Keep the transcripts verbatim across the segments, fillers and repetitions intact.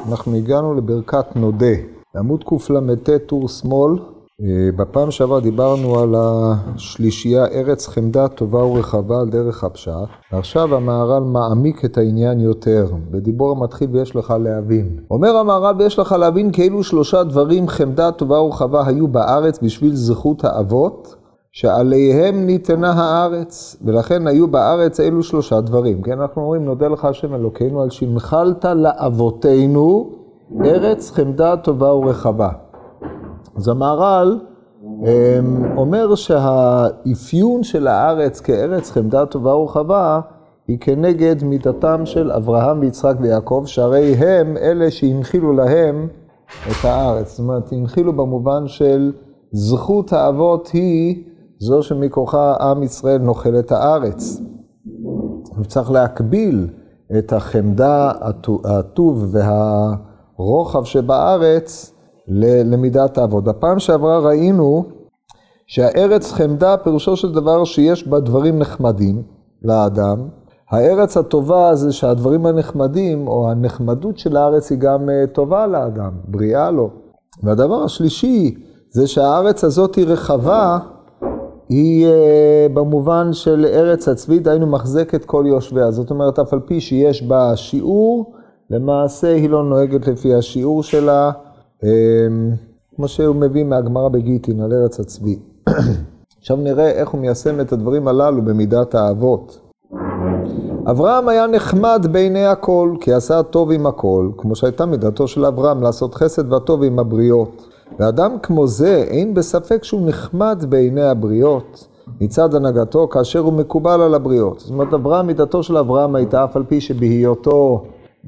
אנחנו הגענו לברכת נודה. עמוד קל"ט טור שמאל. בפעם שעבר דיברנו על השלישייה ארץ חמדה טובה ורחבה על דרך הפשט. ועכשיו המהר"ל מעמיק את העניין יותר. בדיבור המתחיל ויש לך להבין. אומר המהר"ל ויש לך להבין כאילו שלושה דברים חמדה טובה ורחבה היו בארץ בשביל זכות האבות, שעליהם ניתנה הארץ, ולכן היו בארץ אלו שלושה דברים. כן, אנחנו אומרים, נודה לך השם אלוקינו על שהנחלת לאבותינו ארץ חמדה טובה ורחבה. אז המהר"ל אומר שהאפיון של הארץ כארץ חמדה טובה ורחבה היא כנגד מידתם של אברהם ויצחק ויעקב, שהרי הם אלה שהנחילו להם את הארץ. זאת אומרת, הנחילו במובן של זכות האבות היא זו שמכוחה עם ישראל נוחל את הארץ. צריך להקביל את החמדה, הטוב והרוחב שבארץ למידת האבות. בפעם שעברה ראינו שהארץ חמדה פירושו של דבר שיש בה דברים נחמדים לאדם. הארץ הטובה זה שהדברים הנחמדים או הנחמדות של הארץ היא גם טובה לאדם, בריאה לו. והדבר השלישי זה שהארץ הזאת היא רחבה, היא במובן של ארץ הצבי, דהיינו מחזקת כל יושביה. זאת אומרת, אף על פי שיש בה שיעור, למעשה היא לא נוהגת לפי השיעור שלה, כמו שהוא מביא מהגמרא בגיטין על ארץ הצבי. עכשיו נראה איך הוא מיישם את הדברים הללו במידת האבות. אברהם היה נחמד בעיני הכל, כי עשה טוב עם הכל, כמו שהייתה מידתו של אברהם לעשות חסד והטוב עם הבריות. ואדם כמו זה אין בספק שהוא נחמד בעיני הבריות, מצד הנהגתו כאשר הוא מקובל על הבריות. זאת אומרת, אברהם, מידתו של אברהם הייתה אף על פי שבהיותו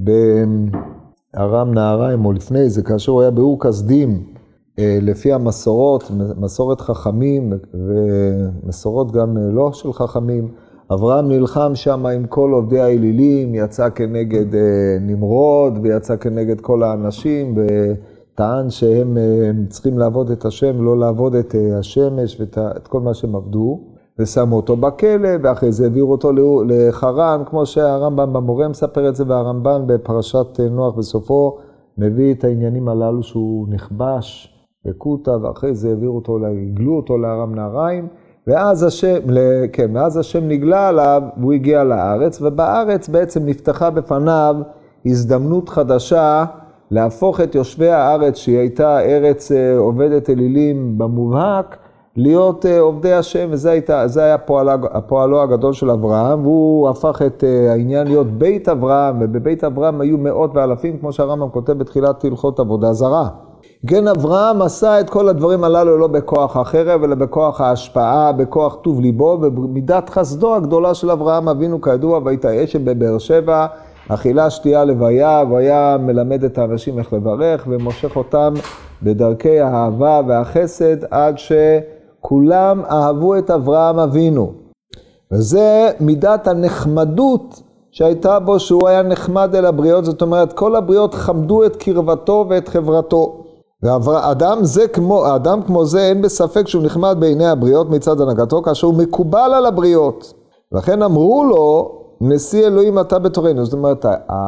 בארם נהריים או לפני זה, כאשר הוא היה באור כסדים, לפי המסורות, מסורת חכמים ומסורות גם לא של חכמים, אברהם נלחם שם עם כל עובדי האלילים, יצא כנגד נמרוד ויצא כנגד כל האנשים, וטען שהם צריכים לעבוד את השם, לא לעבוד את השמש ואת כל מה שהם עבדו, ושמו אותו בכלא, ואחרי זה העבירו אותו לחרן, כמו שהרמב"ם במורה מספר את זה, והרמב"ן בפרשת נוח בסופו מביא את העניינים הללו שהוא נכבש בקוטה, ואחרי זה העבירו אותו, הגלו אותו לארם נהריים, ואז השם, כן, ואז השם נגלה עליו, והוא הגיע לארץ, ובארץ בעצם נפתחה בפניו הזדמנות חדשה להפוך את יושבי הארץ, שהיא הייתה ארץ עובדת אלילים במובהק, להיות עובדי השם, וזה הייתה, זה היה פועלו, הפועלו הגדול של אברהם, והוא הפך את העניין להיות בית אברהם, ובבית אברהם היו מאות ואלפים, כמו שהרמב"ם כותב בתחילת הלכות עבודה זרה. כן, אברהם עשה את כל הדברים הללו לא בכוח החרב, אלא בכוח ההשפעה, בכוח טוב ליבו, ובמידת חסדו הגדולה של אברהם אבינו כידוע, והייתה אשת בבאר שבע, אכילה שתייה לוויה, והיה מלמד את האנשים איך לברך, ומושך אותם בדרכי האהבה והחסד, עד שכולם אהבו את אברהם אבינו. וזה מידת הנחמדות שהייתה בו, שהוא היה נחמד אל הבריות, זאת אומרת, כל הבריות חמדו את קרבתו ואת חברתו. ואדם זה כמו, אדם כמו זה אין בספק שהוא נחמד בעיני הבריות מצד הנהגתו, כאשר הוא מקובל על הבריות. לכן אמרו לו, נשיא אלוהים אתה בתורנו. זאת אומרת,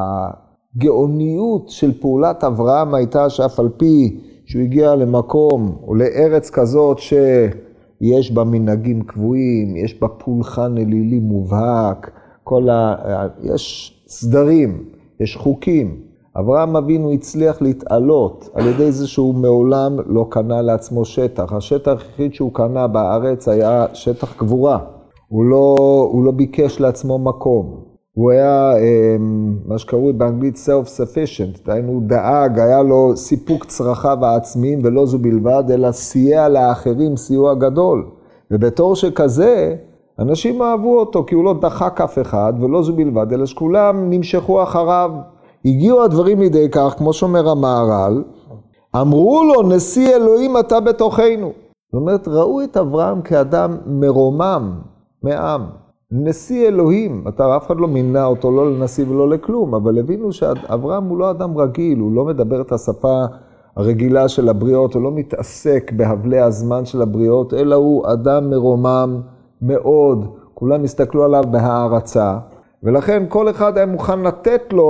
הגאוניות של פעולת אברהם הייתה שאף על פי שהוא הגיע למקום או לארץ כזאת שיש בה מנהגים קבועים, יש בה פולחן אלילי מובהק, כל ה... יש סדרים, יש חוקים. אברהם אבינו הצליח להתעלות על ידי זה שהוא מעולם לא קנה לעצמו שטח. השטח היחיד שהוא קנה בארץ היה שטח קבורה. הוא לא, הוא לא ביקש לעצמו מקום. הוא היה, מה שקרוי באנגלית self-sufficient, דהיינו הוא דאג, היה לו סיפוק צרכיו העצמיים, ולא זו בלבד, אלא סייע לאחרים סיוע גדול. ובתור שכזה, אנשים אהבו אותו, כי הוא לא דחק אף אחד, ולא זו בלבד, אלא שכולם נמשכו אחריו. הגיעו הדברים לידי כך, כמו שאומר המהר"ל, אמרו לו, נשיא אלוהים אתה בתוכנו. זאת אומרת, ראו את אברהם כאדם מרומם, מעם. נשיא אלוהים, אתה אף אחד לא מינה אותו, לא לנשיא ולא לכלום, אבל הבינו שאברהם הוא לא אדם רגיל, הוא לא מדבר את השפה הרגילה של הבריות, הוא לא מתעסק בהבלי הזמן של הבריות, אלא הוא אדם מרומם מאוד, כולם הסתכלו עליו בהערצה, ולכן כל אחד היה מוכן לתת לו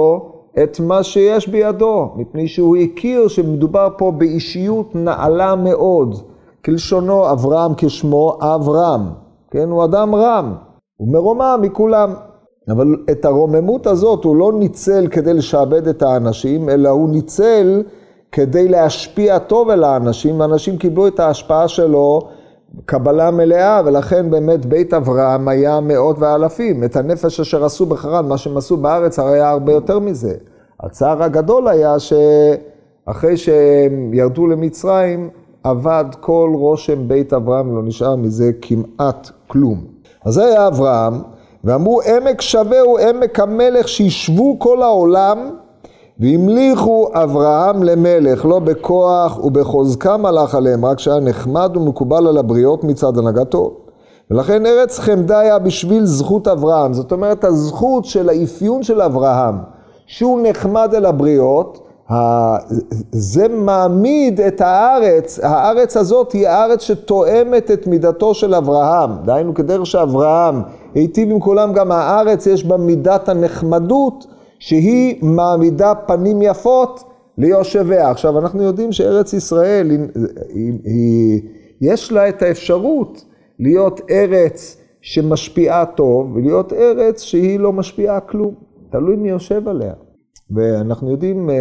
את מה שיש בידו, מפני שהוא הכיר שמדובר פה באישיות נעלה מאוד, כלשונו אברהם כשמו אברהם, כן, הוא אדם רם, הוא מרומם מכולם, אבל את הרוממות הזאת הוא לא ניצל כדי לשעבד את האנשים, אלא הוא ניצל כדי להשפיע טוב אל האנשים, ואנשים קיבלו את ההשפעה שלו קבלה מלאה, ולכן באמת בית אברהם היה מאות ואלפים. את הנפש אשר עשו בחרן, מה שהם עשו בארץ, הרי היה הרבה יותר מזה. הצער הגדול היה שאחרי שהם ירדו למצרים, עבד כל רושם בית אברהם, לא נשאר מזה כמעט כלום. אז זה היה אברהם, ואמרו עמק שווה הוא עמק המלך שישבו כל העולם, והמליכו אברהם למלך, לא בכוח ובחוזקם הלך עליהם, רק שהיה נחמד ומקובל על הבריות מצד הנהגתו. ולכן ארץ חמדה היה בשביל זכות אברהם, זאת אומרת הזכות של האפיון של אברהם, שהוא נחמד אל הבריות, זה מעמיד את הארץ, הארץ הזאת היא הארץ שתואמת את מידתו של אברהם, דהיינו כדרך שאברהם היטיב עם כולם, גם הארץ יש בה מידת הנחמדות, שהיא מעמידה פנים יפות ליושביה. עכשיו אנחנו יודעים שארץ ישראל, היא, היא, היא, יש לה את האפשרות להיות ארץ שמשפיעה טוב, ולהיות ארץ שהיא לא משפיעה כלום, תלוי מי יושב עליה. ואנחנו יודעים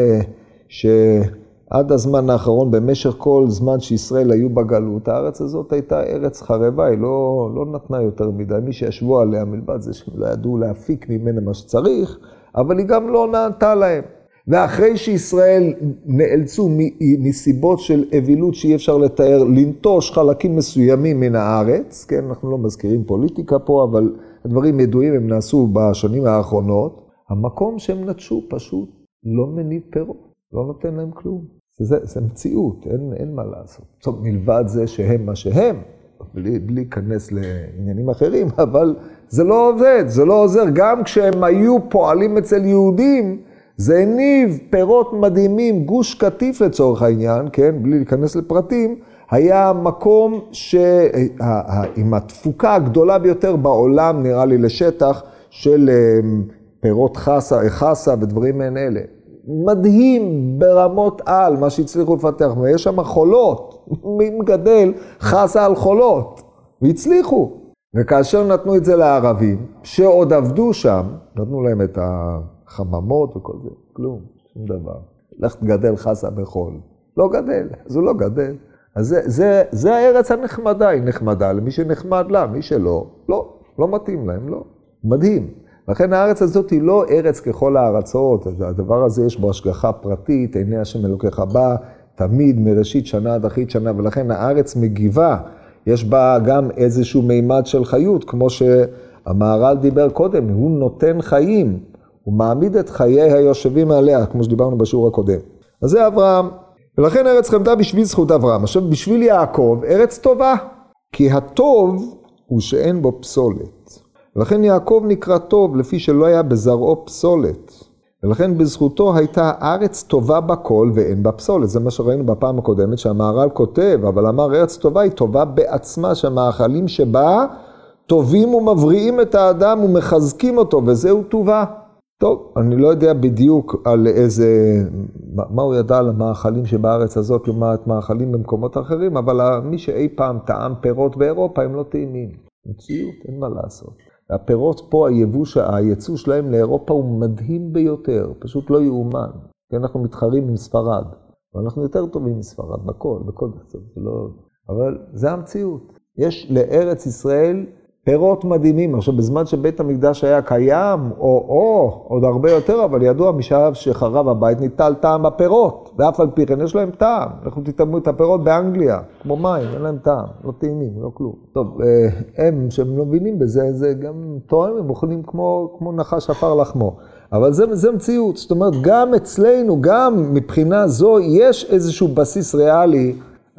שעד הזמן האחרון, במשך כל זמן שישראל היו בגלות, הארץ הזאת הייתה ארץ חרבה, היא לא, לא נתנה יותר מדי, מי שישבו עליה מלבד זה שהם לא ידעו להפיק ממנה מה שצריך, אבל היא גם לא נענתה להם. ואחרי שישראל נאלצו מסיבות של אבילות שאי אפשר לתאר, לנטוש חלקים מסוימים מן הארץ, כן, אנחנו לא מזכירים פוליטיקה פה, אבל הדברים ידועים הם נעשו בשנים האחרונות, המקום שהם נטשו פשוט לא מניב פירות, לא נותן להם כלום. זה, זה מציאות, אין, אין מה לעשות. טוב, מלבד זה שהם מה שהם, בלי, בלי כנס לעניינים אחרים, אבל זה לא עובד, זה לא עוזר. גם כשהם היו פועלים אצל יהודים, זה הניב פירות מדהימים, גוש קטיף לצורך העניין, כן, בלי להיכנס לפרטים, היה מקום שעם התפוקה הגדולה ביותר בעולם, נראה לי לשטח, של פירות חסה, חסה ודברים מעין אלה. מדהים ברמות על, מה שהצליחו לפתח, ויש שם חולות, מי מגדל חסה על חולות, והצליחו. וכאשר נתנו את זה לערבים, שעוד עבדו שם, נתנו להם את החממות וכל זה, כלום, שום דבר. לך תגדל חסה בחול. לא גדל, אז הוא לא גדל. אז זה, זה, זה הארץ הנחמדה, היא נחמדה למי שנחמד לה, מי שלא, לא, לא מתאים להם, לא. מדהים. לכן הארץ הזאת היא לא ארץ ככל הארצות, הדבר הזה יש בו השגחה פרטית, עיני השם אלוקיך בא, תמיד מראשית שנה עד אחרית שנה, ולכן הארץ מגיבה, יש בה גם איזשהו מימד של חיות, כמו שהמהר"ל דיבר קודם, הוא נותן חיים, הוא מעמיד את חיי היושבים עליה, כמו שדיברנו בשיעור הקודם. אז זה אברהם, ולכן ארץ חמדה בשביל זכות אברהם. עכשיו בשביל יעקב, ארץ טובה, כי הטוב הוא שאין בו פסולת. ולכן יעקב נקרא טוב לפי שלא היה בזרעו פסולת. ולכן בזכותו הייתה ארץ טובה בכל ואין בה פסולת. זה מה שראינו בפעם הקודמת שהמהר"ל כותב, אבל אמר ארץ טובה היא טובה בעצמה, שהמאכלים שבה טובים ומבריאים את האדם ומחזקים אותו, וזהו טובה. טוב, אני לא יודע בדיוק על איזה, מה הוא ידע על המאכלים שבארץ הזאת, לעומת מאכלים במקומות אחרים, אבל מי שאי פעם טעם פירות באירופה הם לא טעימים. מציאות, אין מה לעשות. הפירות פה, היבוש, הייצוא שלהם לאירופה הוא מדהים ביותר, פשוט לא יאומן. כי אנחנו מתחרים עם ספרד, ואנחנו יותר טובים מספרד, בכל, בכל קצת, לא... אבל זה המציאות. יש לארץ ישראל פירות מדהימים. עכשיו, בזמן שבית המקדש היה קיים, או, או, עוד הרבה יותר, אבל ידוע משאב שחרב הבית ניטל טעם בפירות, ואף על פי כן יש להם טעם. אנחנו תטעמו את הפירות באנגליה, כמו מים, אין להם טעם, לא טעימים, לא כלום. טוב, הם שהם לא מבינים בזה, זה גם טועם, הם אוכלים כמו, כמו נחש עפר לחמו. אבל זה, זה מציאות, זאת אומרת, גם אצלנו, גם מבחינה זו, יש איזשהו בסיס ריאלי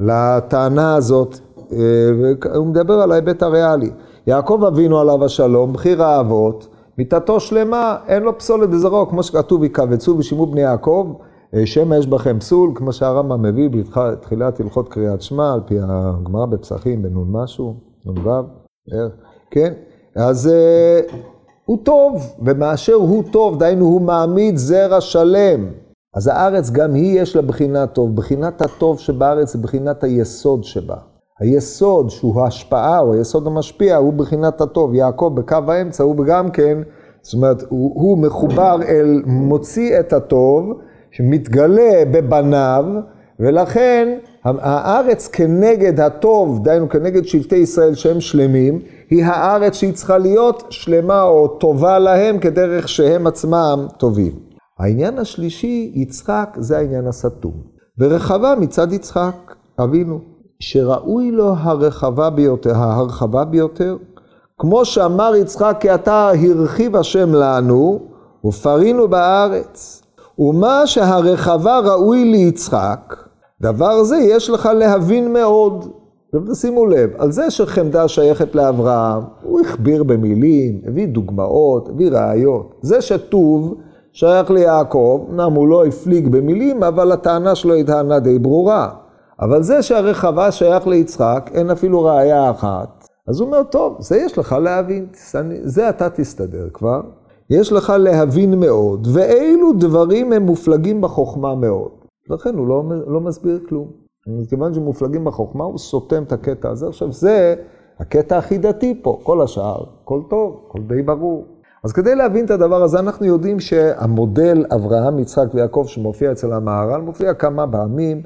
לטענה הזאת, והוא מדבר על ההיבט הריאלי. יעקב אבינו עליו השלום, בחיר האבות, מיתתו שלמה, אין לו פסולת בזרעו, כמו שכתוב, יקבצו ושימו בני יעקב, שמא יש בכם פסול, כמו שהרמב"ם מביא בתחילת הלכות קריאת שמע, על פי הגמרא בפסחים, בנון משהו, נון וו, כן? אז הוא טוב, ומאשר הוא טוב, דהיינו הוא מעמיד זרע שלם. אז הארץ גם היא יש לה בחינה טוב. בחינת הטוב שבארץ זה בחינת היסוד שבה. היסוד שהוא ההשפעה או היסוד המשפיע הוא בחינת הטוב. יעקב בקו האמצע הוא גם כן, זאת אומרת, הוא, הוא מחובר אל מוציא את הטוב שמתגלה בבניו, ולכן הארץ כנגד הטוב, דהיינו כנגד שבטי ישראל שהם שלמים, היא הארץ שהיא צריכה להיות שלמה או טובה להם כדרך שהם עצמם טובים. העניין השלישי, יצחק, זה העניין הסתום. ורחבה מצד יצחק, אבינו, שראוי לו הרחבה ביותר, ההרחבה ביותר, כמו שאמר יצחק, כי אתה הרחיב השם לנו, ופרינו בארץ. ומה שהרחבה ראוי ליצחק, דבר זה יש לך להבין מאוד. ושימו לב, על זה שחמדה שייכת לאברהם, הוא הכביר במילים, הביא דוגמאות, הביא ראיות. זה שטוב שייך ליעקב, אמנם הוא לא הפליג במילים, אבל הטענה שלו היא טענה די ברורה. אבל זה שהרחבה שייך ליצחק, אין אפילו ראיה אחת. אז הוא אומר, טוב, זה יש לך להבין, זה אתה תסתדר כבר. יש לך להבין מאוד, ואילו דברים הם מופלגים בחוכמה מאוד. לכן הוא לא, לא מסביר כלום. כיוון שמופלגים בחוכמה, הוא סותם את הקטע הזה. עכשיו זה הקטע החידתי פה, כל השאר, כל טוב, כל די ברור. אז כדי להבין את הדבר הזה, אנחנו יודעים שהמודל אברהם, יצחק ויעקב שמופיע אצל המהר"ל, מופיע כמה פעמים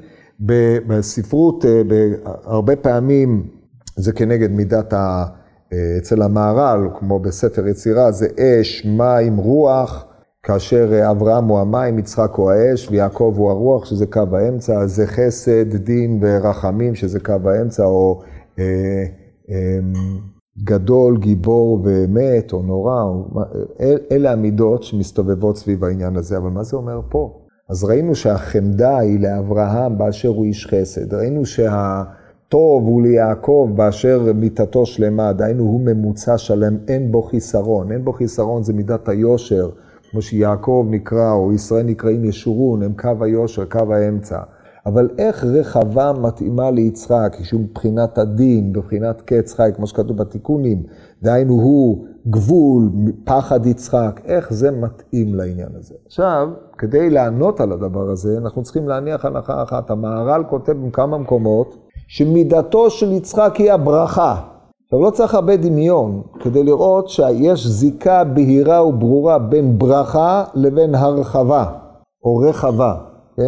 בספרות, הרבה פעמים זה כנגד מידת ה... אצל המהר"ל, כמו בספר יצירה, זה אש, מים, רוח, כאשר אברהם הוא המים, יצחק הוא האש, ויעקב הוא הרוח, שזה קו האמצע, זה חסד, דין ורחמים, שזה קו האמצע, או אה, אה, גדול, גיבור ואמת, או נורא, או, אל, אלה המידות שמסתובבות סביב העניין הזה, אבל מה זה אומר פה? אז ראינו שהחמדה היא לאברהם באשר הוא איש חסד, ראינו שה... טוב הוא ליעקב באשר מיתתו שלמה, דהיינו הוא ממוצע שלם, אין בו חיסרון, אין בו חיסרון זה מידת היושר, כמו שיעקב נקרא או ישראל נקראים ישורון, הם קו היושר, קו האמצע. אבל איך רחבה מתאימה ליצחק, שהוא מבחינת הדין, בבחינת קץ חי, כמו שכתוב בתיקונים, דהיינו הוא גבול, פחד יצחק, איך זה מתאים לעניין הזה. עכשיו, כדי לענות על הדבר הזה, אנחנו צריכים להניח הנחה אחת, המהר"ל כותב בכמה מקומות, שמידתו של יצחק היא הברכה. עכשיו לא צריך הרבה דמיון כדי לראות שיש זיקה בהירה וברורה בין ברכה לבין הרחבה או רחבה. כן?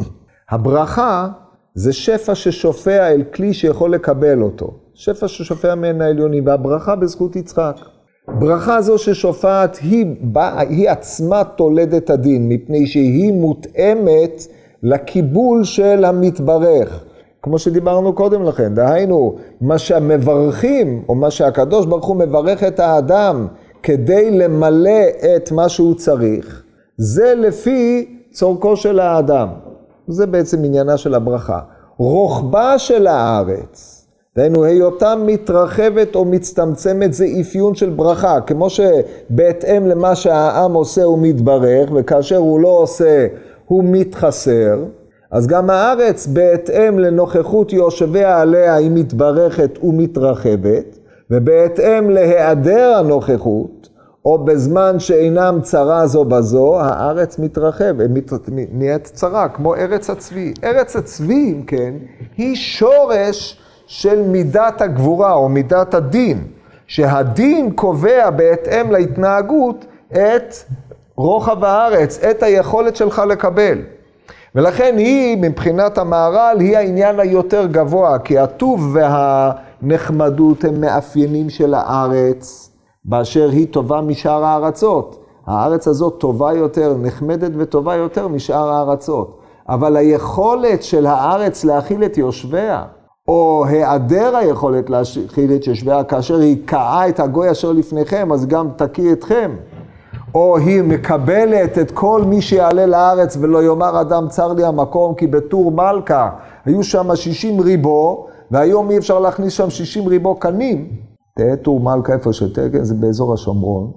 הברכה זה שפע ששופע אל כלי שיכול לקבל אותו. שפע ששופע מן העליונים, והברכה בזכות יצחק. ברכה זו ששופעת היא, היא עצמה תולדת הדין, מפני שהיא מותאמת לקיבול של המתברך. כמו שדיברנו קודם לכן, דהיינו, מה שהמברכים, או מה שהקדוש ברוך הוא מברך את האדם, כדי למלא את מה שהוא צריך, זה לפי צורכו של האדם. זה בעצם עניינה של הברכה. רוחבה של הארץ, דהיינו, היותה מתרחבת או מצטמצמת, זה אפיון של ברכה, כמו שבהתאם למה שהעם עושה הוא מתברך, וכאשר הוא לא עושה הוא מתחסר, אז גם הארץ בהתאם לנוכחות יושביה עליה היא מתברכת ומתרחבת, ובהתאם להיעדר הנוכחות, או בזמן שאינם צרה זו בזו, הארץ מתרחבת, נהיית צרה, כמו ארץ הצבי. ארץ הצבי, אם כן, היא שורש של מידת הגבורה או מידת הדין, שהדין קובע בהתאם להתנהגות את רוחב הארץ, את היכולת שלך לקבל. ולכן היא, מבחינת המהר"ל, היא העניין היותר גבוה, כי הטוב והנחמדות הם מאפיינים של הארץ, באשר היא טובה משאר הארצות. הארץ הזאת טובה יותר, נחמדת וטובה יותר משאר הארצות. אבל היכולת של הארץ להכיל את יושביה, או היעדר היכולת להכיל את יושביה, כאשר היא קעה את הגוי אשר לפניכם, אז גם תקיא אתכם. או היא מקבלת את כל מי שיעלה לארץ ולא יאמר אדם צר לי המקום, כי בתור מלכה היו שם שישים ריבו, והיום אי אפשר להכניס שם שישים ריבו קנים. תהיה תור מלכה איפה שתקן, זה באזור השומרון,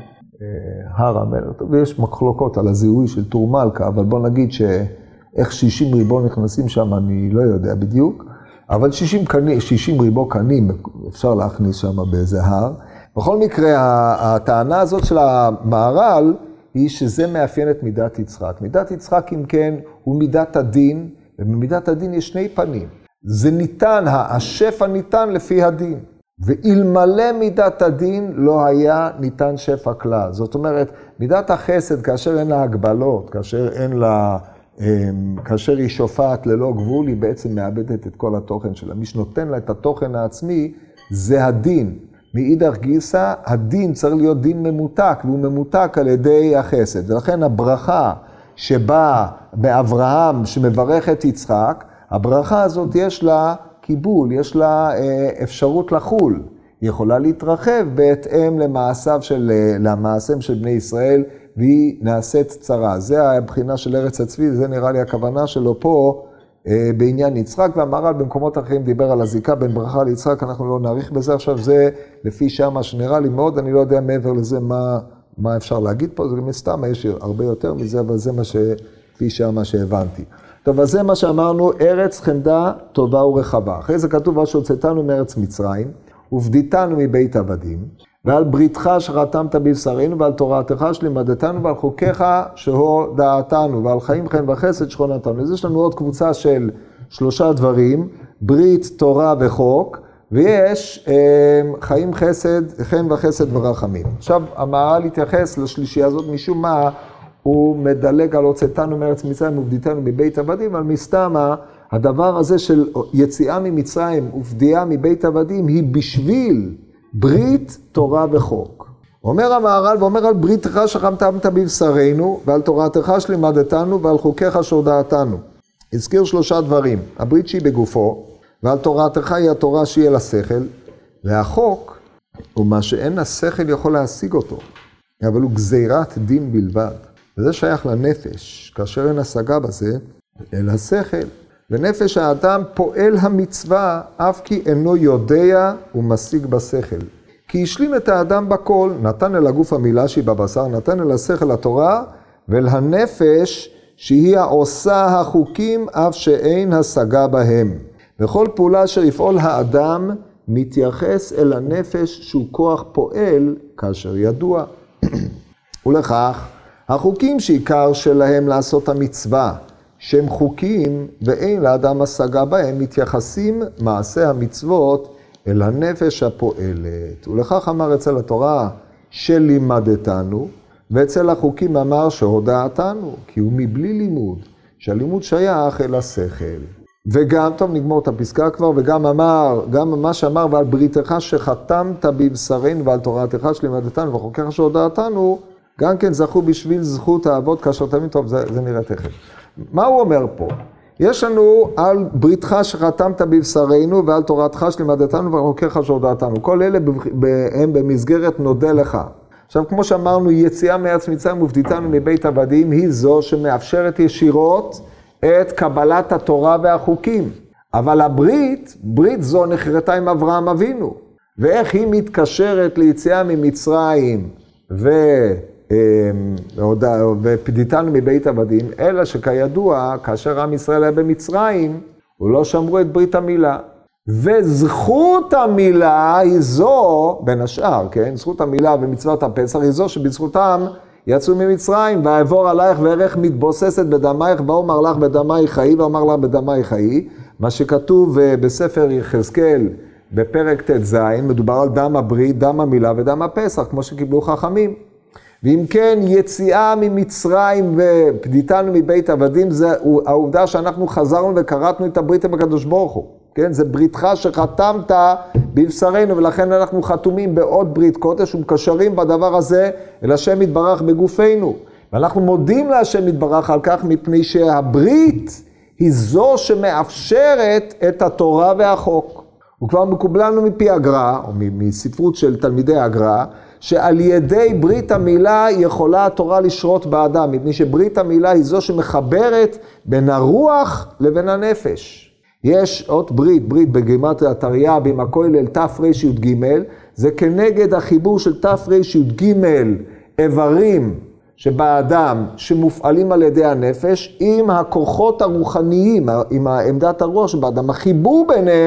הר המלך, ויש מחלוקות על הזיהוי של תור מלכה, אבל בוא נגיד שאיך שישים ריבו נכנסים שם אני לא יודע בדיוק, אבל שישים, קני, שישים ריבו קנים אפשר להכניס שם באיזה הר, בכל מקרה, הטענה הזאת של המהר"ל היא שזה מאפיין את מידת יצחק. מידת יצחק, אם כן, הוא מידת הדין, ובמידת הדין יש שני פנים. זה ניתן, השפע ניתן לפי הדין. ואלמלא מידת הדין לא היה ניתן שפע כלל. זאת אומרת, מידת החסד, כאשר אין לה הגבלות, כאשר אין לה, כאשר היא שופעת ללא גבול, היא בעצם מאבדת את כל התוכן שלה. מי שנותן לה את התוכן העצמי, זה הדין. מאידך גיסא, הדין צריך להיות דין ממותק, והוא ממותק על ידי החסד. ולכן הברכה שבאה באברהם, שמברך את יצחק, הברכה הזאת יש לה קיבול, יש לה אפשרות לחול. היא יכולה להתרחב בהתאם למעשיו של, למעשיהם של בני ישראל, והיא נעשית צרה. זה הבחינה של ארץ הצבי, זה נראה לי הכוונה שלו פה בעניין יצחק, והמהר"ל במקומות אחרים דיבר על הזיקה בין ברכה ליצחק, אנחנו לא נאריך בזה עכשיו, זה לפי שמה שנראה לי מאוד, אני לא יודע מעבר לזה מה, מה אפשר להגיד פה, זה מסתם, יש הרבה יותר מזה, אבל זה מה לפי שמה שהבנתי. טוב, אז זה מה שאמרנו, ארץ חמדה טובה ורחבה. אחרי זה כתוב, אז שהוצאתנו מארץ מצרים, ופדיתנו מבית עבדים, ועל בריתך שחתמת בבשרנו, ועל תורתך שלימדתנו, ועל חוקיך שהודעתנו, ועל חיים חן וחסד שכונתנו. אז יש לנו עוד קבוצה של שלושה דברים, ברית, תורה וחוק, ויש אה, חיים חסד, חן וחסד ורחמים. עכשיו, המהר"ל התייחס לשלישייה הזאת משום מה, הוא מדלג על הוצאתנו מארץ מצרים ופדיתנו מבית עבדים, אבל מסתמה, הדבר הזה של יציאה ממצרים ופדיעה מבית עבדים, היא בשביל ברית, תורה וחוק. אומר המהר"ל, ואומר על בריתך שחתמת בבשרנו, ועל תורתך שלימדתנו, ועל חוקיך שהודעתנו. הזכיר שלושה דברים, הברית שהיא בגופו, ועל תורתך היא התורה שהיא אל השכל, והחוק הוא מה שאין השכל יכול להשיג אותו, אבל הוא גזירת דין בלבד. וזה שייך לנפש, כאשר אין השגה בזה, אל השכל. ונפש האדם פועל המצווה, אף כי אינו יודע ומשיג בשכל. כי השלים את האדם בכל, נתן אל הגוף המילה שהיא בבשר, נתן אל השכל התורה, ואל הנפש שהיא העושה החוקים, אף שאין השגה בהם. וכל פעולה אשר יפעול האדם, מתייחס אל הנפש שהוא כוח פועל, כאשר ידוע. ולכך, החוקים שעיקר שלהם לעשות המצווה, שהם חוקים ואין לאדם השגה בהם, מתייחסים מעשה המצוות אל הנפש הפועלת. ולכך אמר אצל התורה שלימדתנו, ואצל החוקים אמר שהודעתנו, כי הוא מבלי לימוד, שהלימוד שייך אל השכל. וגם, טוב נגמור את הפסקה כבר, וגם אמר, גם מה שאמר, ועל בריתך שחתמת בבשרנו ועל תורתך שלימדתנו וחוקיך שהודעתנו, גם כן זכו בשביל זכות האבות כאשר תמיד טוב, זה, זה נראה תכף. מה הוא אומר פה? יש לנו על בריתך שחתמת בבשרנו ועל תורתך שלימדתנו וחוקיך שהודעתנו. כל אלה הם במסגרת נודה לך. עכשיו, כמו שאמרנו, יציאה מארץ מצרים ופדיתנו מבית עבדים היא זו שמאפשרת ישירות את קבלת התורה והחוקים. אבל הברית, ברית זו נחרתה עם אברהם אבינו. ואיך היא מתקשרת ליציאה ממצרים ו... ופדיתנו מבית עבדים, אלא שכידוע, כאשר עם ישראל היה במצרים, הוא לא שמרו את ברית המילה. וזכות המילה היא זו, בין השאר, כן? זכות המילה במצוות הפסח היא זו שבזכותם יצאו ממצרים, ואעבור עלייך וערך מתבוססת בדמייך, ואומר לך בדמי חיי, ואומר לך בדמי חיי, מה שכתוב בספר יחזקאל, בפרק ט"ז, מדובר על דם הברית, דם המילה ודם הפסח, כמו שקיבלו חכמים. ואם כן, יציאה ממצרים ופדיתנו מבית עבדים, זה העובדה שאנחנו חזרנו וקראתנו את הברית עם הקדוש ברוך הוא. כן? זה בריתך שחתמת בבשרנו, ולכן אנחנו חתומים בעוד ברית קודש ומקשרים בדבר הזה אל השם יתברך בגופנו. ואנחנו מודים להשם יתברך על כך, מפני שהברית היא זו שמאפשרת את התורה והחוק. הוא כבר מקובל לנו מפי הגר"א, או מספרות של תלמידי הגר"א, שעל ידי ברית המילה יכולה התורה לשרות באדם, מפני שברית המילה היא זו שמחברת בין הרוח לבין הנפש. יש עוד ברית, ברית בגימטריה תרי"ב הכולל תרי"ג, זה כנגד החיבור של תרי"ג איברים שבאדם שמופעלים על ידי הנפש, עם הכוחות הרוחניים, עם עמדת הרוח שבאדם, החיבור ביניהם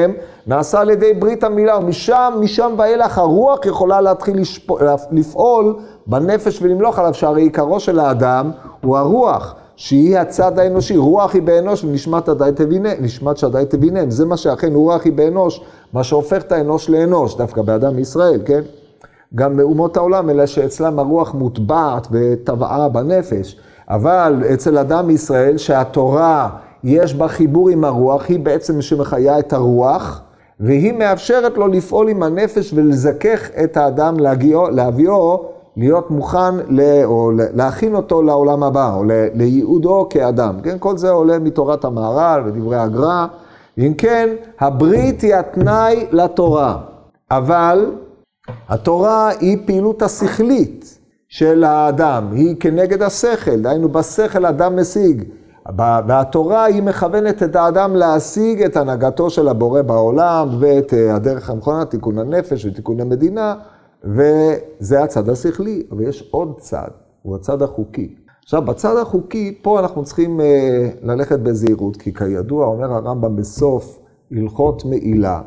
נעשה על ידי ברית המילה, ומשם, משם ואילך הרוח יכולה להתחיל לשפ... לפעול בנפש ולמלוך עליו, שהרי עיקרו של האדם הוא הרוח, שהיא הצד האנושי, רוח היא באנוש ונשמת שדי תבינם, נשמת שדי תבינם, זה מה שאכן רוח היא באנוש, מה שהופך את האנוש לאנוש, דווקא באדם ישראל, כן? גם באומות העולם, אלא שאצלם הרוח מוטבעת וטבעה בנפש, אבל אצל אדם ישראל שהתורה יש בה חיבור עם הרוח, היא בעצם שמחיה את הרוח, והיא מאפשרת לו לפעול עם הנפש ולזכך את האדם, להגיעו, להביאו, להיות מוכן, לה, או להכין אותו לעולם הבא, או לייעודו כאדם. כן? כל זה עולה מתורת המהר"ל ודברי הגר"א. אם כן, הברית היא התנאי לתורה, אבל התורה היא פעילות השכלית של האדם, היא כנגד השכל, דהיינו בשכל אדם משיג, והתורה היא מכוונת את האדם להשיג את הנהגתו של הבורא בעולם, ואת הדרך הנכונה, תיקון הנפש ותיקון המדינה, וזה הצד השכלי, אבל יש עוד צד, הוא הצד החוקי. עכשיו, בצד החוקי, פה אנחנו צריכים ללכת בזהירות, כי כידוע, אומר הרמב"ם בסוף הלכות מעילה,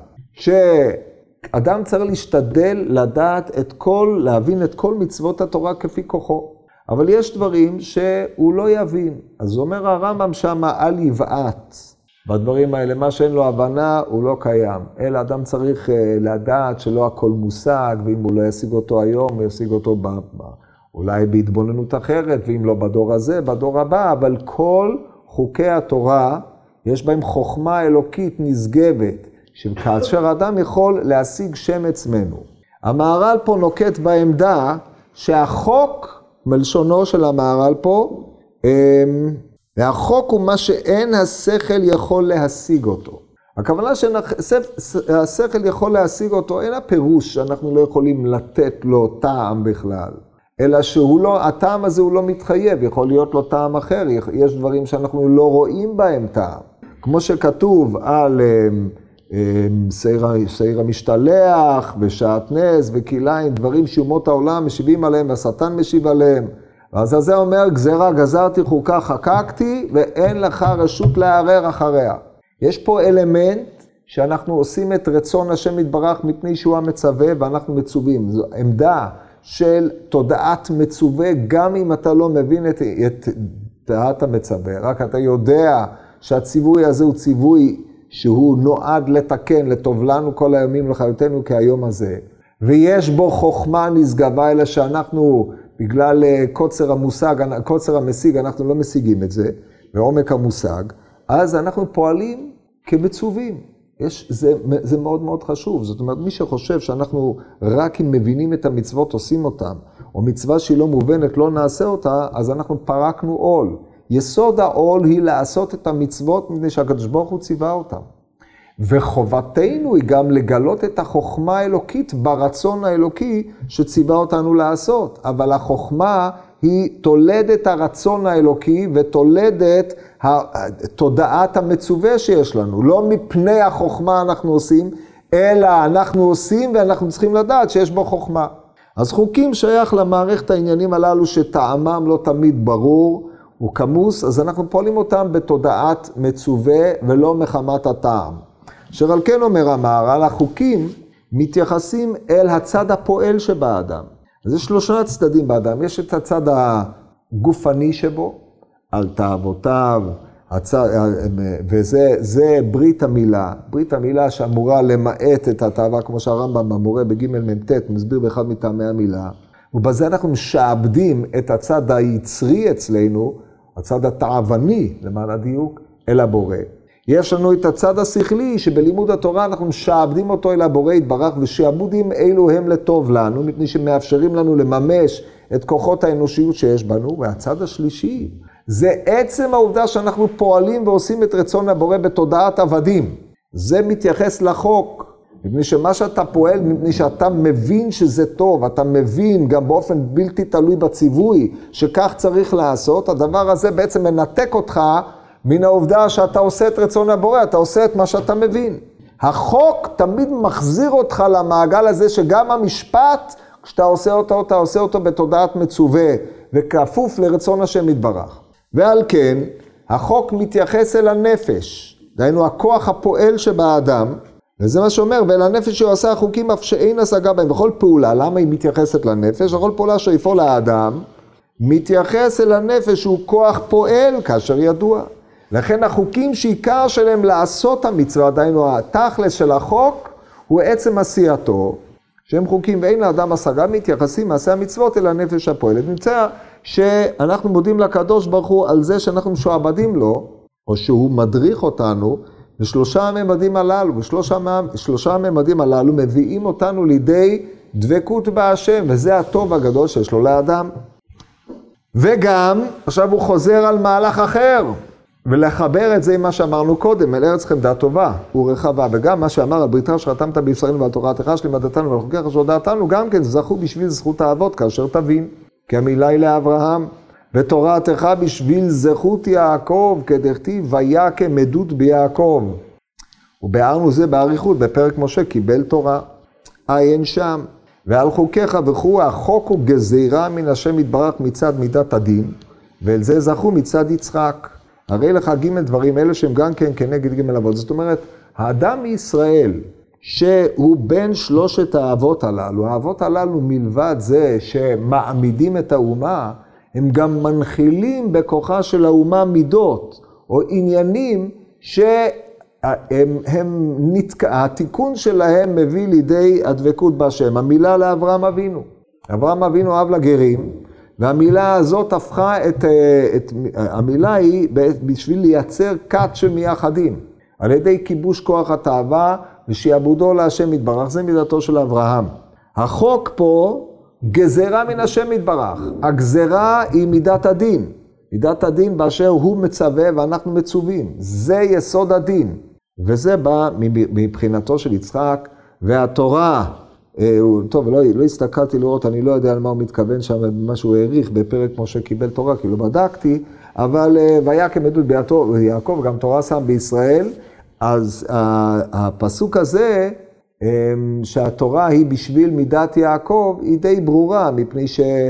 שאדם צריך להשתדל לדעת את כל, להבין את כל מצוות התורה כפי כוחו. אבל יש דברים שהוא לא יבין. אז אומר הרמב"ם שמה, אל יבעט בדברים האלה, מה שאין לו הבנה הוא לא קיים. אלא אדם צריך לדעת שלא הכל מושג, ואם הוא לא ישיג אותו היום, הוא ישיג אותו ב... אולי בהתבוננות אחרת, ואם לא בדור הזה, בדור הבא, אבל כל חוקי התורה, יש בהם חוכמה אלוקית נשגבת, שכאשר האדם יכול להשיג שם עצמנו. המהר"ל פה נוקט בעמדה שהחוק, מלשונו של המהר"ל פה, והחוק הוא מה שאין השכל יכול להשיג אותו. הכוונה שהשכל יכול להשיג אותו, אין הפירוש שאנחנו לא יכולים לתת לו טעם בכלל. אלא שהוא לא, הטעם הזה הוא לא מתחייב, יכול להיות לו טעם אחר, יש דברים שאנחנו לא רואים בהם טעם. כמו שכתוב על שעיר המשתלח ושעטנז וכליים, דברים שאומות העולם משיבים עליהם והשטן משיב עליהם. אז זה אומר, גזרה גזרתי חוקה חקקתי ואין לך רשות לערער אחריה. יש פה אלמנט שאנחנו עושים את רצון השם יתברך מפני שהוא המצווה ואנחנו מצווים. זו עמדה של תודעת מצווה, גם אם אתה לא מבין את, את תודעת המצווה, רק אתה יודע שהציווי הזה הוא ציווי שהוא נועד לתקן, לטוב לנו כל הימים לחיותנו כהיום הזה. ויש בו חוכמה נשגבה, אלא שאנחנו, בגלל קוצר המושג, קוצר המשיג, אנחנו לא משיגים את זה, ועומק המושג, אז אנחנו פועלים כמצווים. יש, זה, זה מאוד מאוד חשוב. זאת אומרת, מי שחושב שאנחנו רק אם מבינים את המצוות עושים אותם, או מצווה שהיא לא מובנת, לא נעשה אותה, אז אנחנו פרקנו עול. יסוד העול היא לעשות את המצוות מפני שהקדוש ברוך הוא ציווה אותם. וחובתנו היא גם לגלות את החוכמה האלוקית ברצון האלוקי שציווה אותנו לעשות. אבל החוכמה היא תולדת הרצון האלוקי ותולדת תודעת המצווה שיש לנו. לא מפני החוכמה אנחנו עושים, אלא אנחנו עושים ואנחנו צריכים לדעת שיש בו חוכמה. אז חוקים שייך למערכת העניינים הללו שטעמם לא תמיד ברור, הוא כמוס, אז אנחנו פועלים אותם בתודעת מצווה ולא מחמת הטעם. אשר על כן אומר המהר"ל, החוקים מתייחסים אל הצד הפועל שבאדם. אז יש שלושה צדדים באדם, יש את הצד הגופני שבו, על תאוותיו, הצד, וזה זה ברית המילה, ברית המילה שאמורה למעט את התאווה, כמו שהרמב"ם המורה בג' מ"ט, מסביר באחד מטעמי המילה, ובזה אנחנו משעבדים את הצד היצרי אצלנו, הצד התאווני, למען הדיוק, אל הבורא. יש לנו את הצד השכלי, שבלימוד התורה אנחנו משעבדים אותו אל הבורא יתברך, ושעבודים אלו הם לטוב לנו, מפני שמאפשרים לנו לממש את כוחות האנושיות שיש בנו. והצד השלישי, זה עצם העובדה שאנחנו פועלים ועושים את רצון הבורא בתודעת עבדים. זה מתייחס לחוק. מפני שמה שאתה פועל, מפני שאתה מבין שזה טוב, אתה מבין גם באופן בלתי תלוי בציווי, שכך צריך לעשות, הדבר הזה בעצם מנתק אותך מן העובדה שאתה עושה את רצון הבורא, אתה עושה את מה שאתה מבין. החוק תמיד מחזיר אותך למעגל הזה שגם המשפט, כשאתה עושה אותו, אתה עושה אותו בתודעת מצווה, וכפוף לרצון השם יתברך. ועל כן, החוק מתייחס אל הנפש, דהיינו הכוח הפועל שבאדם, וזה מה שאומר, ולנפש שהוא עשה החוקים אף שאין השגה בהם. בכל פעולה, למה היא מתייחסת לנפש? בכל פעולה שיפעל לאדם, מתייחס אל הנפש שהוא כוח פועל כאשר ידוע. לכן החוקים שעיקר שלהם לעשות המצווה, דהיינו התכלס של החוק, הוא עצם עשייתו, שהם חוקים ואין לאדם השגה, מתייחסים מעשה המצוות אל הנפש הפועלת. נמצא שאנחנו מודים לקדוש ברוך הוא על זה שאנחנו משועבדים לו, או שהוא מדריך אותנו, ושלושה הממדים הללו, ושלושה הממדים הללו מביאים אותנו לידי דבקות בהשם, וזה הטוב הגדול שיש לו לאדם. וגם, עכשיו הוא חוזר על מהלך אחר, ולחבר את זה עם מה שאמרנו קודם, אל ארץ חמדה טובה ורחבה, וגם מה שאמר על בריתך שחתמת בישראל ועל תורתך שלימדתנו ועל חוקיך שהודעתנו, גם כן זכו בשביל זכות האבות כאשר תבין, כי המילה היא לאברהם, ותורתך בשביל זכות יעקב, כדכתיב ויקם עדות ביעקב. וביארנו זה באריכות בפרק משה, קיבל תורה, עיין שם, ועל חוקיך וכו', החוק הוא גזירה מן השם יתברך מצד מידת הדין, ואל זה זכו מצד יצחק. הרי לך ג' דברים אלה שהם גם כן כנגד ג' אבות. זאת אומרת, האדם מישראל שהוא בין שלושת האבות הללו, האבות הללו מלבד זה שמעמידים את האומה, הם גם מנחילים בכוחה של האומה מידות, או עניינים שהם, הם נתקע, התיקון שלהם מביא לידי הדבקות בהשם. המילה לאברהם אבינו. אברהם אבינו אב לגרים, והמילה הזאת הפכה את, את המילה היא בשביל לייצר כת של מייחדים, על ידי כיבוש כוח התאווה ושיעבודו להשם יתברך, זה מידתו של אברהם. החוק פה גזרה מן השם יתברך, הגזרה היא מידת הדין, מידת הדין באשר הוא מצווה ואנחנו מצווים, זה יסוד הדין, וזה בא מבחינתו של יצחק, והתורה, טוב, לא, לא הסתכלתי לראות, אני לא יודע על מה הוא מתכוון שם, מה שהוא העריך בפרק משה קיבל תורה, כי לא בדקתי, אבל ויקם עדות ביעקב, גם תורה שם בישראל, אז הפסוק הזה, שהתורה היא בשביל מידת יעקב, היא די ברורה, מפני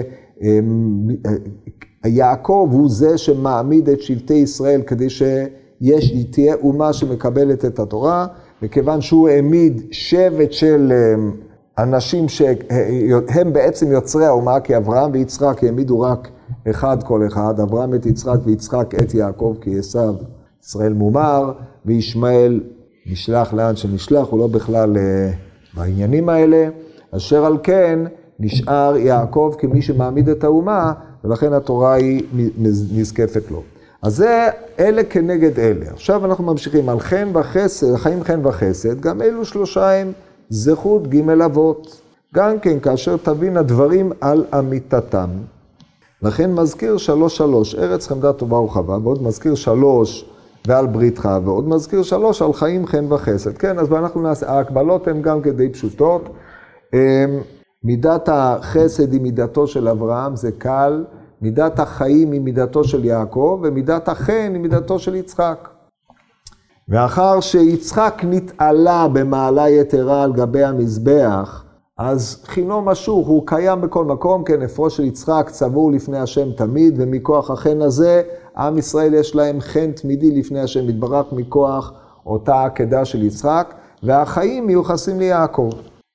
שיעקב הוא זה שמעמיד את שבטי ישראל, כדי שתהיה אומה שמקבלת את התורה, וכיוון שהוא העמיד שבט של אנשים שהם בעצם יוצרי האומה, כי אברהם ויצחק העמידו רק אחד כל אחד, אברהם את יצחק ויצחק את יעקב, כי עשיו ישראל מומר, וישמעאל נשלח לאן שנשלח, הוא לא בכלל בעניינים האלה, אשר על כן נשאר יעקב כמי שמעמיד את האומה, ולכן התורה היא נזקפת לו. אז זה אלה כנגד אלה. עכשיו אנחנו ממשיכים על חן וחסד, חיים חן וחסד, גם אלו שלושה הם זכות ג' אבות. גם כן כאשר תבין הדברים על אמיתתם. לכן מזכיר שלוש שלוש, ארץ חמדה טובה ורחבה, ועוד מזכיר שלוש ועל בריתך, ועוד מזכיר שלוש על חיים חן וחסד. כן, אז אנחנו נעשה, ההקבלות הן גם כדי פשוטות. מידת החסד היא מידתו של אברהם, זה קל. מידת החיים היא מידתו של יעקב, ומידת החן היא מידתו של יצחק. ואחר שיצחק נתעלה במעלה יתרה על גבי המזבח, אז חינו משוך, הוא קיים בכל מקום, כן, אפרו של יצחק צבור לפני השם תמיד, ומכוח החן הזה, עם ישראל יש להם חן תמידי לפני השם יתברך מכוח אותה עקדה של יצחק, והחיים מיוחסים ליעקב.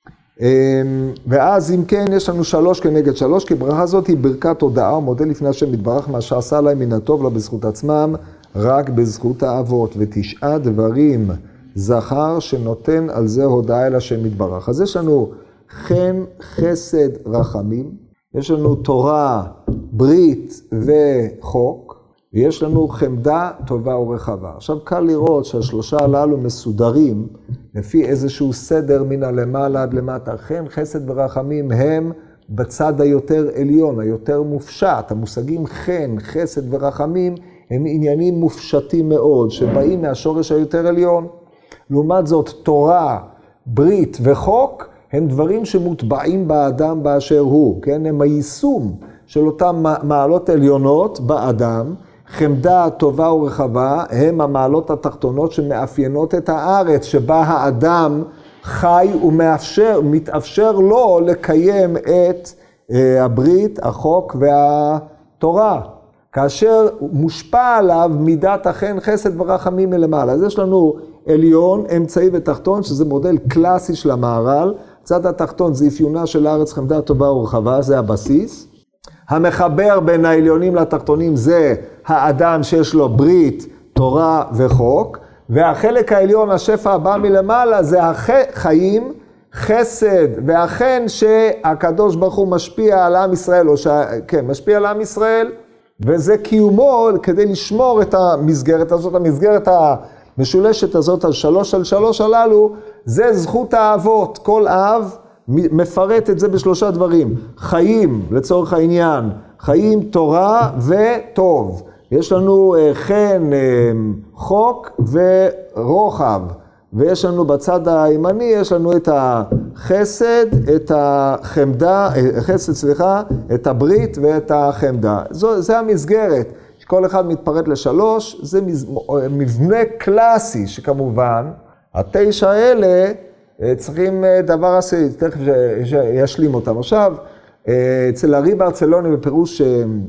ואז אם כן יש לנו שלוש כנגד שלוש, כי ברכה הזאת היא ברכת הודעה ומודה לפני השם יתברך, מה שעשה להם מן הטוב לא בזכות עצמם, רק בזכות האבות, ותשעה דברים זכר שנותן על זה הודעה אל השם יתברך. אז יש לנו חן, חסד, רחמים, יש לנו תורה, ברית וחוק, ויש לנו חמדה, טובה ורחבה. עכשיו קל לראות שהשלושה הללו מסודרים לפי איזשהו סדר מן הלמעלה עד למטה. חן, חסד ורחמים הם בצד היותר עליון, היותר מופשט. המושגים חן, חסד ורחמים הם עניינים מופשטים מאוד, שבאים מהשורש היותר עליון. לעומת זאת, תורה, ברית וחוק הם דברים שמוטבעים באדם באשר הוא. כן? הם היישום של אותם מעלות עליונות באדם. חמדה, טובה ורחבה הם המעלות התחתונות שמאפיינות את הארץ, שבה האדם חי ומאפשר, מתאפשר לו לקיים את הברית, החוק והתורה. כאשר מושפע עליו מידת החן, חסד ורחמים מלמעלה. אז יש לנו עליון, אמצעי ותחתון, שזה מודל קלאסי של המהר"ל. צד התחתון זה אפיונה של הארץ חמדה טובה ורחבה, זה הבסיס. המחבר בין העליונים לתחתונים זה האדם שיש לו ברית, תורה וחוק. והחלק העליון, השפע הבא מלמעלה, זה החיים, חסד והחן שהקדוש ברוך הוא משפיע על עם ישראל, או ש... כן, משפיע על עם ישראל, וזה קיומו כדי לשמור את המסגרת הזאת, המסגרת המשולשת הזאת, על שלוש על שלוש הללו, זה זכות האבות. כל אב מפרט את זה בשלושה דברים. חיים, לצורך העניין, חיים, תורה וטוב. יש לנו חן, חוק ורוחב. ויש לנו בצד הימני, יש לנו את החסד, את החמדה, חסד, סליחה, את הברית ואת החמדה. זו, זה המסגרת. כל אחד מתפרט לשלוש, זה מבנה קלאסי, שכמובן, התשע האלה צריכים דבר עשי, תכף שישלים אותם. עכשיו, אצל ארי ברצלוני בפירוש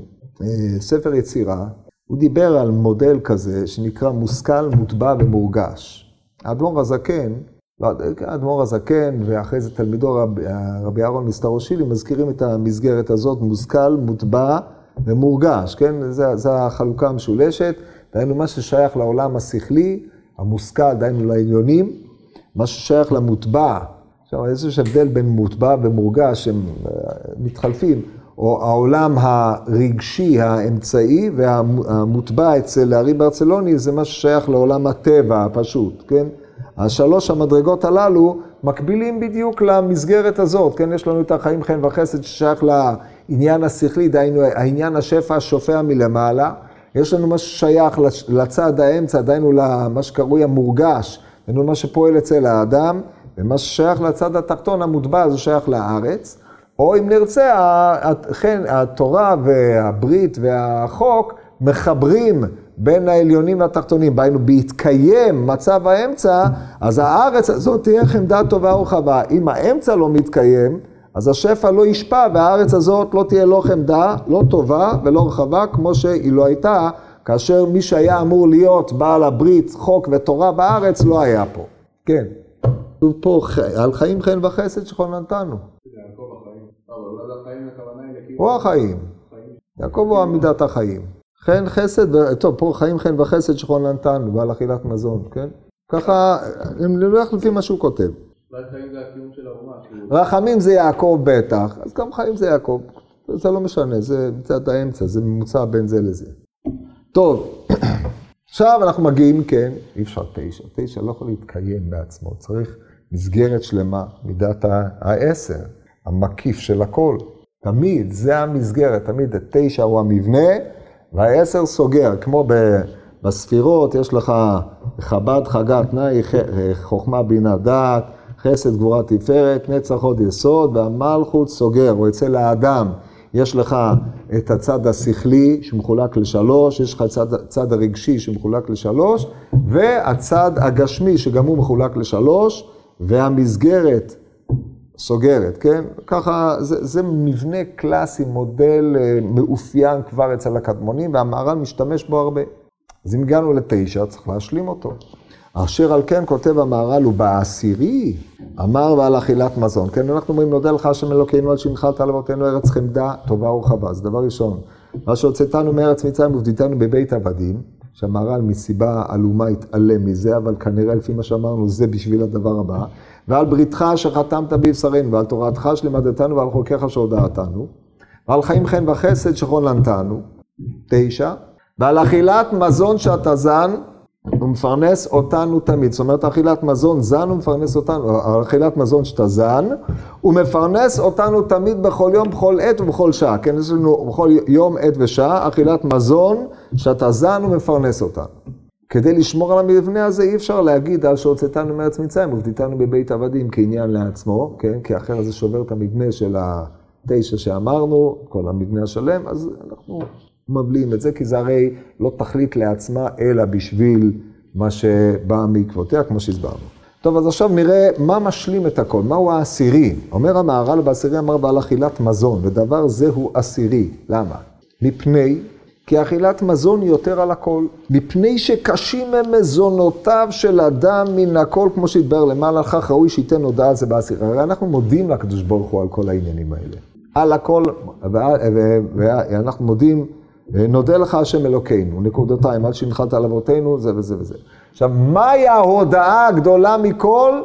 ספר יצירה, הוא דיבר על מודל כזה שנקרא מושכל, מוטבע ומורגש. האדמו"ר הזקן, האדמו"ר הזקן ואחרי זה תלמידו רב, רבי אהרון מסטרושילי מזכירים את המסגרת הזאת, מושכל, מוטבע ומורגש, כן? זה, זה החלוקה המשולשת, דהיינו מה ששייך לעולם השכלי, המושכל, דהיינו לעליונים, מה ששייך למוטבע, עכשיו איזשהו הבדל בין מוטבע ומורגש, הם מתחלפים, או העולם הרגשי, האמצעי, והמוטבע אצל ארי ברצלוני, זה מה ששייך לעולם הטבע הפשוט, כן? השלוש המדרגות הללו מקבילים בדיוק למסגרת הזאת, כן? יש לנו את החיים, חן וחסד ששייך לעניין השכלי, דהיינו העניין השפע השופע מלמעלה. יש לנו מה ששייך לצד האמצע, דהיינו למה שקרוי המורגש, דהיינו מה שפועל אצל האדם, ומה ששייך לצד התחתון המוטבע, זה שייך לארץ. או אם נרצה, כן, התורה והברית והחוק מחברים בין העליונים והתחתונים, בהיינו בהתקיים מצב האמצע, אז הארץ הזאת תהיה חמדה טובה ורחבה. אם האמצע לא מתקיים, אז השפע לא ישפע, והארץ הזאת לא תהיה לא חמדה, לא טובה ולא רחבה, כמו שהיא לא הייתה, כאשר מי שהיה אמור להיות בעל הברית, חוק ותורה בארץ, לא היה פה. כן. כתוב פה, על חיים חן וחסד שכוננתנו. הוא החיים. יעקב הוא עמידת החיים. חן חסד, טוב, פה חיים חן וחסד שכוננתנו, ועל אכילת מזון, כן? ככה, אני לא הולך לפי מה שהוא כותב. חיים זה הקיום של האומה. רחמים זה יעקב בטח, אז גם חיים זה יעקב. זה לא משנה, זה מצד האמצע, זה ממוצע בין זה לזה. טוב, עכשיו אנחנו מגיעים, כן, אי אפשר תשע. תשע לא יכול להתקיים בעצמו, צריך מסגרת שלמה, מידת העשר, המקיף של הכל. תמיד, זה המסגרת, תמיד התשע הוא המבנה, והעשר סוגר, כמו בספירות, יש לך חב"ד, חגת, תנאי, חוכמה, בינה, דעת, חסד, גבורה, תפארת, נצח, הוד, יסוד, והמלכות סוגר, או אצל האדם, יש לך את הצד השכלי שמחולק לשלוש, יש לך צד, צד הרגשי שמחולק לשלוש, והצד הגשמי שגם הוא מחולק לשלוש, והמסגרת סוגרת, כן? ככה, זה, זה מבנה קלאסי, מודל מאופיין כבר אצל הקדמונים, והמהר"ל משתמש בו הרבה. אז אם הגענו לתשע, צריך להשלים אותו. אשר על כן כותב המהר"ל, הוא בעשירי, אמר ועל אכילת מזון. כן, אנחנו אומרים, נודה לך השם אלוקינו על שהנחלת על אבותינו ארץ חמדה, טובה ורחבה. זה דבר ראשון. מה שהוצאתנו מארץ מצרים ובדיתנו בבית עבדים, שהמהר"ל מסיבה עלומה התעלם מזה, אבל כנראה לפי מה שאמרנו, זה בשביל הדבר הבא. ועל בריתך שחתמת בבשרנו, ועל תורתך שלימדתנו, ועל חוקיך שהודעתנו, ועל חיים חן וחסד שכוננתנו, תשע, ועל אכילת מזון שאתה זן, ומפרנס אותנו תמיד. זאת אומרת, אכילת מזון זן ומפרנס אותנו, אכילת מזון שאתה זן, ומפרנס אותנו תמיד בכל יום, בכל עת ובכל שעה. כן, יש לנו בכל יום, עת ושעה, אכילת מזון שאתה זן ומפרנס אותנו. כדי לשמור על המבנה הזה, אי אפשר להגיד על שהוצאתנו מארץ מצרים, ובדיתנו בבית עבדים כעניין לעצמו, כן? כי אחר זה שובר את המבנה של התשע שאמרנו, כל המבנה השלם, אז אנחנו מבליעים את זה, כי זה הרי לא תכלית לעצמה, אלא בשביל מה שבא מעקבותיה, כמו שהסברנו. טוב, אז עכשיו נראה מה משלים את הכל, מהו העשירי. אומר המהר"ל בעשירי אמר בעל אכילת מזון, ודבר זה הוא עשירי. למה? מפני כי אכילת מזון יותר על הכל. מפני שקשים הם מזונותיו של אדם מן הכל, כמו שהתבאר למעלה, לכך ראוי שייתן הודעה על זה בעשירי. הרי אנחנו מודים לקדוש ברוך הוא על כל העניינים האלה. על הכל, ואנחנו מודים, נודה לך השם אלוקינו, נקודותיים, על שהנחלת על אבותינו, זה וזה וזה. עכשיו, מהי ההודעה הגדולה מכל?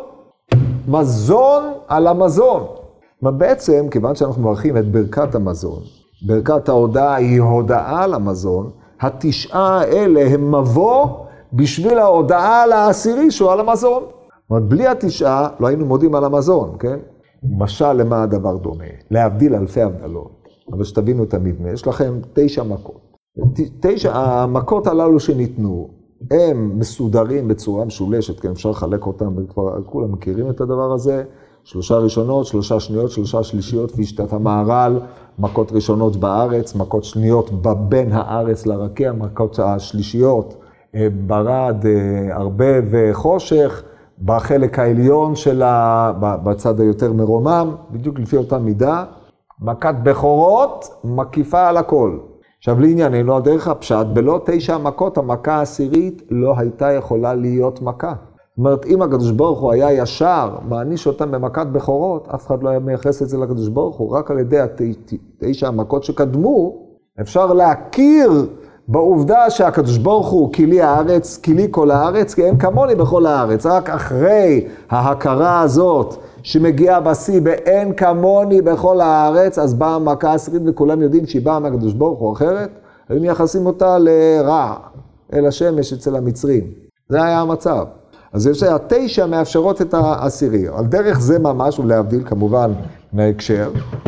מזון על המזון. מה בעצם, כיוון שאנחנו מברכים את ברכת המזון, ברכת ההודעה היא הודעה על המזון, התשעה האלה הם מבוא בשביל ההודעה על העשירי שהוא על המזון. זאת אומרת, בלי התשעה לא היינו מודים על המזון, כן? משל למה הדבר דומה? להבדיל אלפי הבדלות. אבל שתבינו את המבנה, יש לכם תשע מכות. תשע, המכות הללו שניתנו, הם מסודרים בצורה משולשת, כי אפשר לחלק אותם, וכבר כולם מכירים את הדבר הזה, שלושה ראשונות, שלושה שניות, שלושה שלישיות, כפי שיטת המהר"ל, מכות ראשונות בארץ, מכות שניות בין הארץ לרקיע, מכות השלישיות, ברד, הרבה וחושך, בחלק העליון שלה, בצד היותר מרומם, בדיוק לפי אותה מידה, מכת בכורות מקיפה על הכל. עכשיו לענייננו, דרך הפשט, בלא תשע מכות, המכה העשירית לא הייתה יכולה להיות מכה. זאת אומרת, אם הקדוש ברוך הוא היה ישר, מעניש אותם במכת בכורות, אף אחד לא היה מייחס את זה לקדוש ברוך הוא, רק על ידי התשע המכות שקדמו, אפשר להכיר בעובדה שהקדוש ברוך הוא כלי הארץ, כלי כל הארץ, כי אין כמוני בכל הארץ. רק אחרי ההכרה הזאת שמגיעה בשיא באין כמוני בכל הארץ, אז באה המכה העשירית וכולם יודעים שהיא באה מהקדוש ברוך הוא אחרת, היו מייחסים אותה לרע, אל השמש אצל המצרים. זה היה המצב. אז יש התשע מאפשרות את העשירי. על דרך זה ממש, ולהבדיל כמובן מההקשר,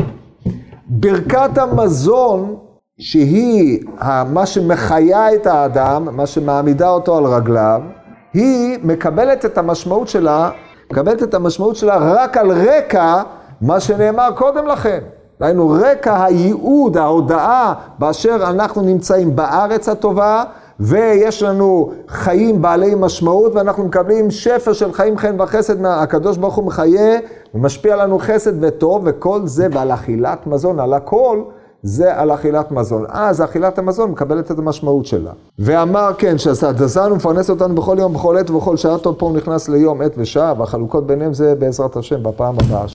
ברכת המזון, שהיא מה שמחיה את האדם, מה שמעמידה אותו על רגליו, היא מקבלת את המשמעות שלה, מקבלת את המשמעות שלה רק על רקע מה שנאמר קודם לכן. דהיינו, רקע הייעוד, ההודעה, באשר אנחנו נמצאים בארץ הטובה, ויש לנו חיים בעלי משמעות, ואנחנו מקבלים שפע של חיים חן וחסד, הקדוש ברוך הוא מחיה, ומשפיע לנו חסד וטוב, וכל זה, ועל אכילת מזון, על הכל, זה על אכילת מזון. אז אכילת המזון מקבלת את המשמעות שלה. ואמר כן, שהדזן הוא מפרנס אותנו בכל יום, בכל עת ובכל שעה, טוב פה הוא נכנס ליום, עת ושעה, והחלוקות ביניהם זה בעזרת השם בפעם הבאה.